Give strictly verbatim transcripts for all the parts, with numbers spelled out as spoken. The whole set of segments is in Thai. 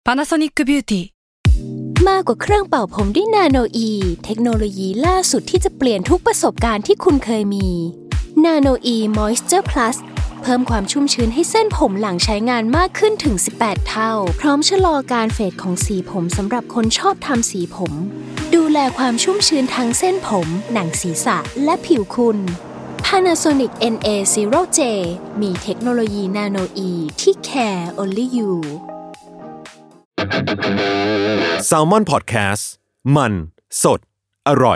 Panasonic Beauty มากกว่าเครื่องเป่าผมด้วยนาโนอีเทคโนโลยีล่าสุดที่จะเปลี่ยนทุกประสบการณ์ที่คุณเคยมีนาโนอีมอยส์เจอร์พลัสเพิ่มความชุ่มชื้นให้เส้นผมหลังใช้งานมากขึ้นถึงสิบแปดเท่าพร้อมชะลอการเฟดของสีผมสำหรับคนชอบทำสีผมดูแลความชุ่มชื้นทั้งเส้นผมหนังศีรษะและผิวคุณ Panasonic เอ็น เอ ศูนย์ เจ มีเทคโนโลยีนาโนอีที่ care only you Salmon Podcast มันสดอร่อย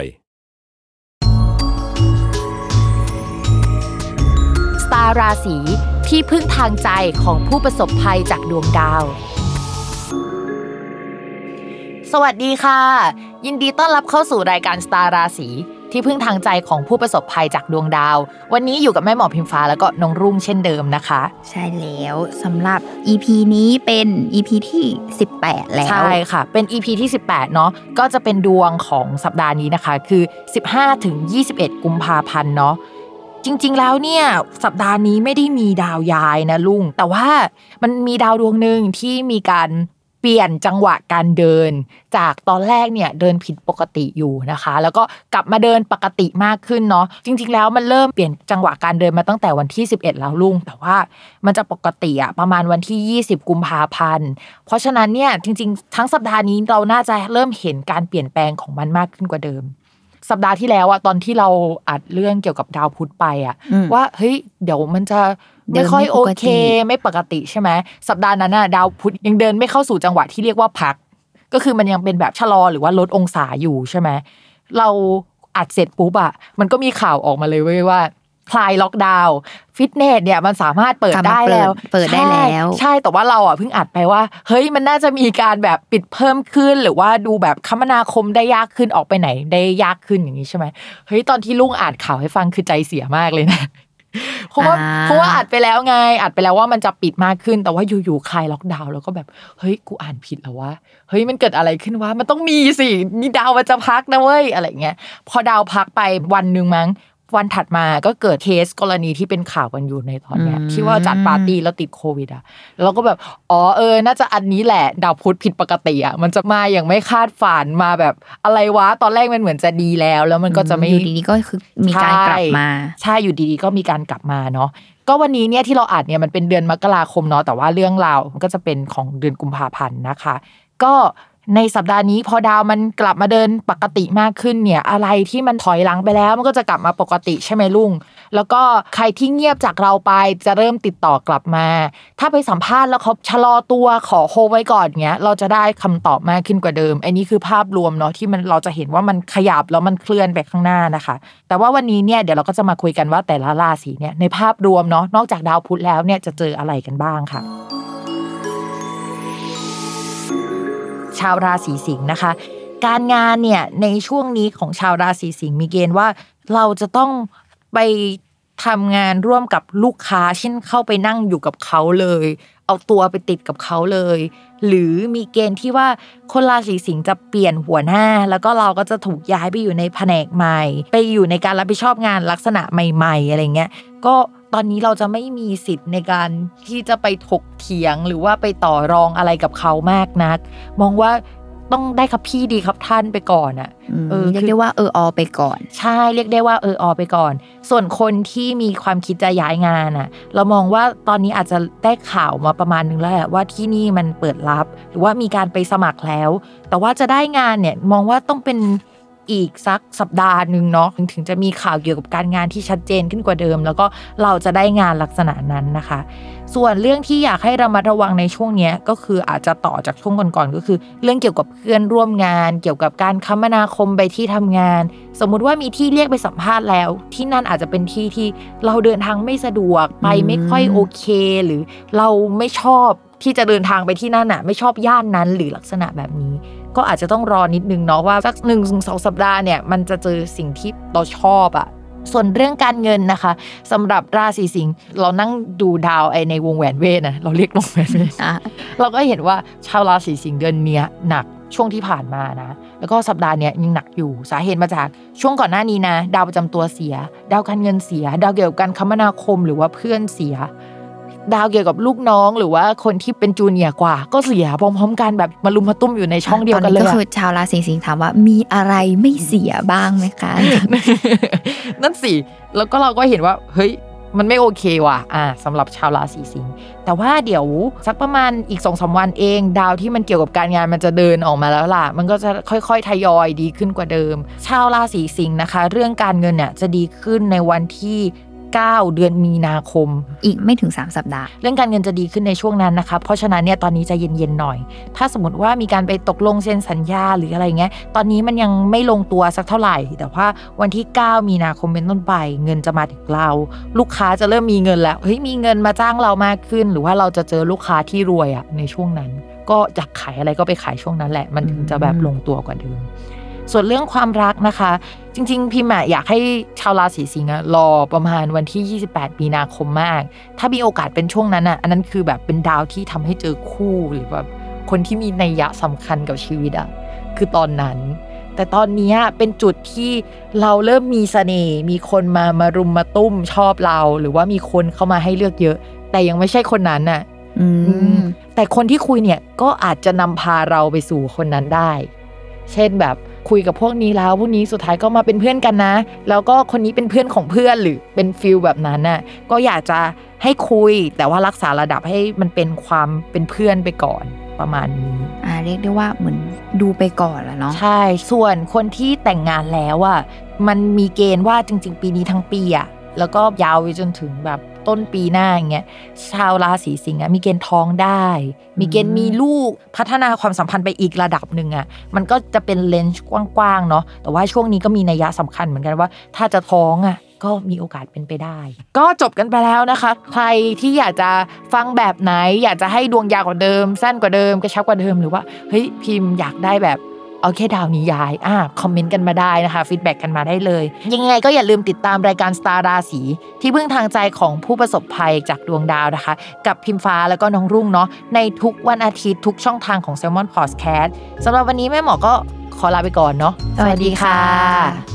สตาร์ราศีที่พึ่งทางใจของผู้ประสบภัยจากดวงดาวสวัสดีค่ะยินดีต้อนรับเข้าสู่รายการสตาร์ราศีที่พึ่งทางใจของผู้ประสบภัยจากดวงดาววันนี้อยู่กับแม่หมอพิมฟ้าแล้วก็น้องรุ่งเช่นเดิมนะคะใช่แล้วสำหรับ อี พี นี้เป็น อี พี ที่สิบแปดแล้วใช่ค่ะเป็น อี พี ที่สิบแปดเนาะก็จะเป็นดวงของสัปดาห์นี้นะคะคือสิบห้าถึงยี่สิบเอ็ดกุมภาพันธ์เนาะจริงๆแล้วเนี่ยสัปดาห์นี้ไม่ได้มีดาวย้ายนะลุงแต่ว่ามันมีดาวดวงนึงที่มีการเปลี่ยนจังหวะการเดินจากตอนแรกเนี่ยเดินผิดปกติอยู่นะคะแล้วก็กลับมาเดินปกติมากขึ้นเนาะจริงๆแล้วมันเริ่มเปลี่ยนจังหวะการเดินมาตั้งแต่วันที่สิบเอ็ดแล้วลุงแต่ว่ามันจะปกติอะประมาณวันที่ยี่สิบกุมภาพันธ์เพราะฉะนั้นเนี่ยจริงๆทั้งสัปดาห์นี้เราน่าจะเริ่มเห็นการเปลี่ยนแปลงของมันมากขึ้นกว่าเดิมสัปดาห์ที่แล้วอะตอนที่เราอัดเรื่องเกี่ยวกับดาวพุธไปอะว่าเฮ้ยเดี๋ยวมันจะไม่ค่อยโอเคไม่ปกติใช่ไหมสัปดาห์นั้นน่ะดาวพุธยังเดินไม่เข้าสู่จังหวะที่เรียกว่าพักก็คือมันยังเป็นแบบชะลอหรือว่าลดองศาอยู่ใช่ไหมเราอัดเสร็จปุ๊บอ่ะมันก็มีข่าวออกมาเลยเว้ยว่าคลายล็อกดาวน์ฟิตเนสเนี่ยมันสามารถเปิดได้แล้วเปิดได้แล้วใช่แต่ว่าเราอ่ะเพิ่งอัดไปว่าเฮ้ยมันน่าจะมีการแบบปิดเพิ่มขึ้นหรือว่าดูแบบคมนาคมได้ยากขึ้นออกไปไหนได้ยากขึ้นอย่างนี้ใช่ไหมเฮ้ยตอนที่ลุงอ่านข่าวให้ฟังคือใจเสียมากเลยนะเพราะว่าเพราะว่าอัดไปแล้วไงอัดไปแล้วว่ามันจะปิดมากขึ้นแต่ว่าอยู่ๆคลายล็อกดาวน์แล้วก็แบบเฮ้ยกูอ่านผิดแล้ววะเฮ้ยมันเกิดอะไรขึ้นวะมันต้องมีสินี่ดาวมันจะพักนะเว้ยอะไรเงี้ยพอดาวพักไปวันนึงมั้งวันถัดมาก็เกิดเคสกรณีที่เป็นข่าวกันอยู่ในตอนเนี้ยที่ว่าจัดปาร์ตี้แล้วติดโควิดอ่ะแล้วก็แบบอ๋อเออน่าจะอันนี้แหละดาวพุธผิดปกติอ่ะมันจะมาอย่างไม่คาดฝันมาแบบอะไรวะตอนแรกมันเหมือนจะดีแล้วแล้วมันก็จะไม่อยู่ดีๆก็คือมีการกลับมาใช่อยู่ดีๆก็มีการกลับมาเนาะก็วันนี้เนี่ยที่เราอัดเนี่ยมันเป็นเดือนมกราคมเนาะแต่ว่าเรื่องราวมันก็จะเป็นของเดือนกุมภาพันธ์นะคะก็ในสัปดาห์นี้พอดาวมันกลับมาเดินปกติมากขึ้นเนี่ยอะไรที่มันถอยหลังไปแล้วมันก็จะกลับมาปกติใช่ไหมลุงแล้วก็ใครที่เงียบจากเราไปจะเริ่มติดต่อกลับมาถ้าไปสัมภาษณ์แล้วเขาชะลอตัวขอโฮไว้ก่อนเงี้ยเราจะได้คำตอบมากขึ้นกว่าเดิมอันนี้คือภาพรวมเนาะที่มันเราจะเห็นว่ามันขยับแล้วมันเคลื่อนไปข้างหน้านะคะแต่ว่าวันนี้เนี่ยเดี๋ยวเราก็จะมาคุยกันว่าแต่ละราศีเนี่ยในภาพรวมเนาะนอกจากดาวพุธแล้วเนี่ยจะเจออะไรกันบ้างค่ะชาวราศีสิงห์นะคะการงานเนี่ยในช่วงนี้ของชาวราศีสิงห์มีเกณฑ์ว่าเราจะต้องไปทำงานร่วมกับลูกค้าเช่นเข้าไปนั่งอยู่กับเขาเลยเอาตัวไปติดกับเขาเลยหรือมีเกณฑ์ที่ว่าคนราศีสิงห์จะเปลี่ยนหัวหน้าแล้วก็เราก็จะถูกย้ายไปอยู่ในแผนกใหม่ไปอยู่ในการรับผิดชอบงานลักษณะใหม่ๆอะไรเงี้ยก็ตอนนี้เราจะไม่มีสิทธิ์ในการที่จะไปถกเถียงหรือว่าไปต่อรองอะไรกับเขามากนักมองว่าต้องได้ครับพี่ดีครับท่านไปก่อนอ่ะเออเรียกได้ว่าเอออไปก่อนใช่เรียกได้ว่าเอออไปก่อนส่วนคนที่มีความคิดจะย้ายงานอ่ะเรามองว่าตอนนี้อาจจะได้ข่าวมาประมาณนึงแล้วแหละว่าที่นี่มันเปิดรับหรือว่ามีการไปสมัครแล้วแต่ว่าจะได้งานเนี่ยมองว่าต้องเป็นอีกสักสัปดาห์นึงเนาะถึงจะมีข่าวเกี่ยวกับการงานที่ชัดเจนขึ้นกว่าเดิมแล้วก็เราจะได้งานลักษณะนั้นนะคะส่วนเรื่องที่อยากให้ระมัดระวังในช่วงนี้ก็คืออาจจะต่อจากช่วงก่อนๆก็คือเรื่องเกี่ยวกับเพื่อนร่วมงานเกี่ยวกับการคมนาคมไปที่ทำงานสมมุติว่ามีที่เรียกไปสัมภาษณ์แล้วที่นั่นอาจจะเป็นที่ที่เราเดินทางไม่สะดวกไปไม่ค่อยโอเคหรือเราไม่ชอบที่จะเดินทางไปที่นั่นน่ะไม่ชอบย่านนั้นหรือลักษณะแบบนี้ก็อาจจะต้องรอนิดนึงเนาะว่าสัก หนึ่งถึงสอง สัปดาห์เนี่ยมันจะเจอสิ่งที่เราชอบอ่ะส่วนเรื่องการเงินนะคะสำหรับราศีสิงห์เรานั่งดูดาวไอในวงแหวนเวทนะเราเรียกวงแหวนเวทเราก็เห็นว่าชาวราศีสิงห์เดือนนี้หนักช่วงที่ผ่านมานะแล้วก็สัปดาห์เนี้ยยังหนักอยู่สาเหตุมาจากช่วงก่อนหน้านี้นะดาวประจำตัวเสียดาวการเงินเสียดาวเกี่ยวกับการคมนาคมหรือว่าเพื่อนเสียดาวเกี่ยวกับลูกน้องหรือว่าคนที่เป็นจูเนียร์กว่าก็เสียพร้อมๆกันแบบมาลุมมาตุ้มอยู่ในช่องเดียวกันเลยตอนนี้ก็คือชาวราศีสิงห์ถามว่ามีอะไรไม่เสียบ้างไหมคะนั่นสิแล้วก็เราก็เห็นว่าเฮ้ยมันไม่โอเคว่ะอ่าสำหรับชาวราศีสิงห์แต่ว่าเดี๋ยวสักประมาณอีก สองสาม วันเองดาวที่มันเกี่ยวกับการงานมันจะเดินออกมาแล้วล่ะมันก็จะค่อยๆทยอยดีขึ้นกว่าเดิมชาวราศีสิงห์นะคะเรื่องการเงินเนี่ยจะดีขึ้นในวันที่เก้าเดือนมีนาคมอีกไม่ถึงสามสัปดาห์เรื่องการเงินจะดีขึ้นในช่วงนั้นนะคะเพราะฉะนั้นเนี่ยตอนนี้จะเย็นๆหน่อยถ้าสมมติว่ามีการไปตกลงเซ็นสัญญาหรืออะไรเงี้ยตอนนี้มันยังไม่ลงตัวสักเท่าไหร่แต่ว่าวันที่เก้ามีนาคมเป็นต้นไปเงินจะมาถึงเราลูกค้าจะเริ่มมีเงินแล้วเฮ้ยมีเงินมาจ้างเรามากขึ้นหรือว่าเราจะเจอลูกค้าที่รวยอะในช่วงนั้นก็อยากขายอะไรก็ไปขายช่วงนั้นแหละมันถึงจะแบบลงตัวกว่าเดิมส่วนเรื่องความรักนะคะจริงๆพิมอยากให้ชาวราศีสิงห์รอประมาณวันที่ยี่สิบแปดมีนาคมมากถ้ามีโอกาสเป็นช่วงนั้นอ่ะอันนั้นคือแบบเป็นดาวที่ทำให้เจอคู่หรือแบบคนที่มีนัยยะสำคัญกับชีวิตอ่ะคือตอนนั้นแต่ตอนนี้เป็นจุดที่เราเริ่มมีเสน่ห์มีคนมามารุมมาตุ้มชอบเราหรือว่ามีคนเข้ามาให้เลือกเยอะแต่ยังไม่ใช่คนนั้นน่ะแต่คนที่คุยเนี่ยก็อาจจะนำพาเราไปสู่คนนั้นได้เช่นแบบคุยกับพวกนี้แล้วพวกนี้สุดท้ายก็มาเป็นเพื่อนกันนะแล้วก็คนนี้เป็นเพื่อนของเพื่อนหรือเป็นฟิลแบบนั้นน่ะก็อยากจะให้คุยแต่ว่ารักษาระดับให้มันเป็นความเป็นเพื่อนไปก่อนประมาณนี้อ่าเรียกได้ว่าเหมือนดูไปก่อนแล้วเนาะใช่ส่วนคนที่แต่งงานแล้วอ่ะมันมีเกณฑ์ว่าจริงๆปีนี้ทั้งปีอ่ะแล้วก็ยาวไปจนถึงแบบต้นปีหน้าอย่างเงี้ยชาวราศีสิงห์มีเกณฑ์ท้องได้มีเกณฑ์มีลูกพัฒนาความสัมพันธ์ไปอีกระดับหนึ่งอ่ะมันก็จะเป็นเลนส์กว้างๆเนาะแต่ว่าช่วงนี้ก็มีนัยยะสำคัญเหมือนกันว่าถ้าจะท้องอ่ะก็มีโอกาสเป็นไปได้ก็จบกันไปแล้วนะคะใครที่อยากจะฟังแบบไหนอยากจะให้ดวงยาวกว่าเดิมสั้นกว่าเดิมกระชับกว่าเดิมหรือว่าเฮ้ยพิมพ์อยากได้แบบเอาแค่ดาวนี้ย้ายอ่ะคอมเมนต์กันมาได้นะคะฟีดแบ็กกันมาได้เลยยังไงก็อย่าลืมติดตามรายการสตาร์ราศีที่พึ่งทางใจของผู้ประสบภัยจากดวงดาวนะคะกับพิมฟ้าแล้วก็น้องรุ่งเนาะในทุกวันอาทิตย์ทุกช่องทางของ Salmon Podcast สำหรับวันนี้แม่หมอก็ขอลาไปก่อนเนาะสวัสดีค่ะ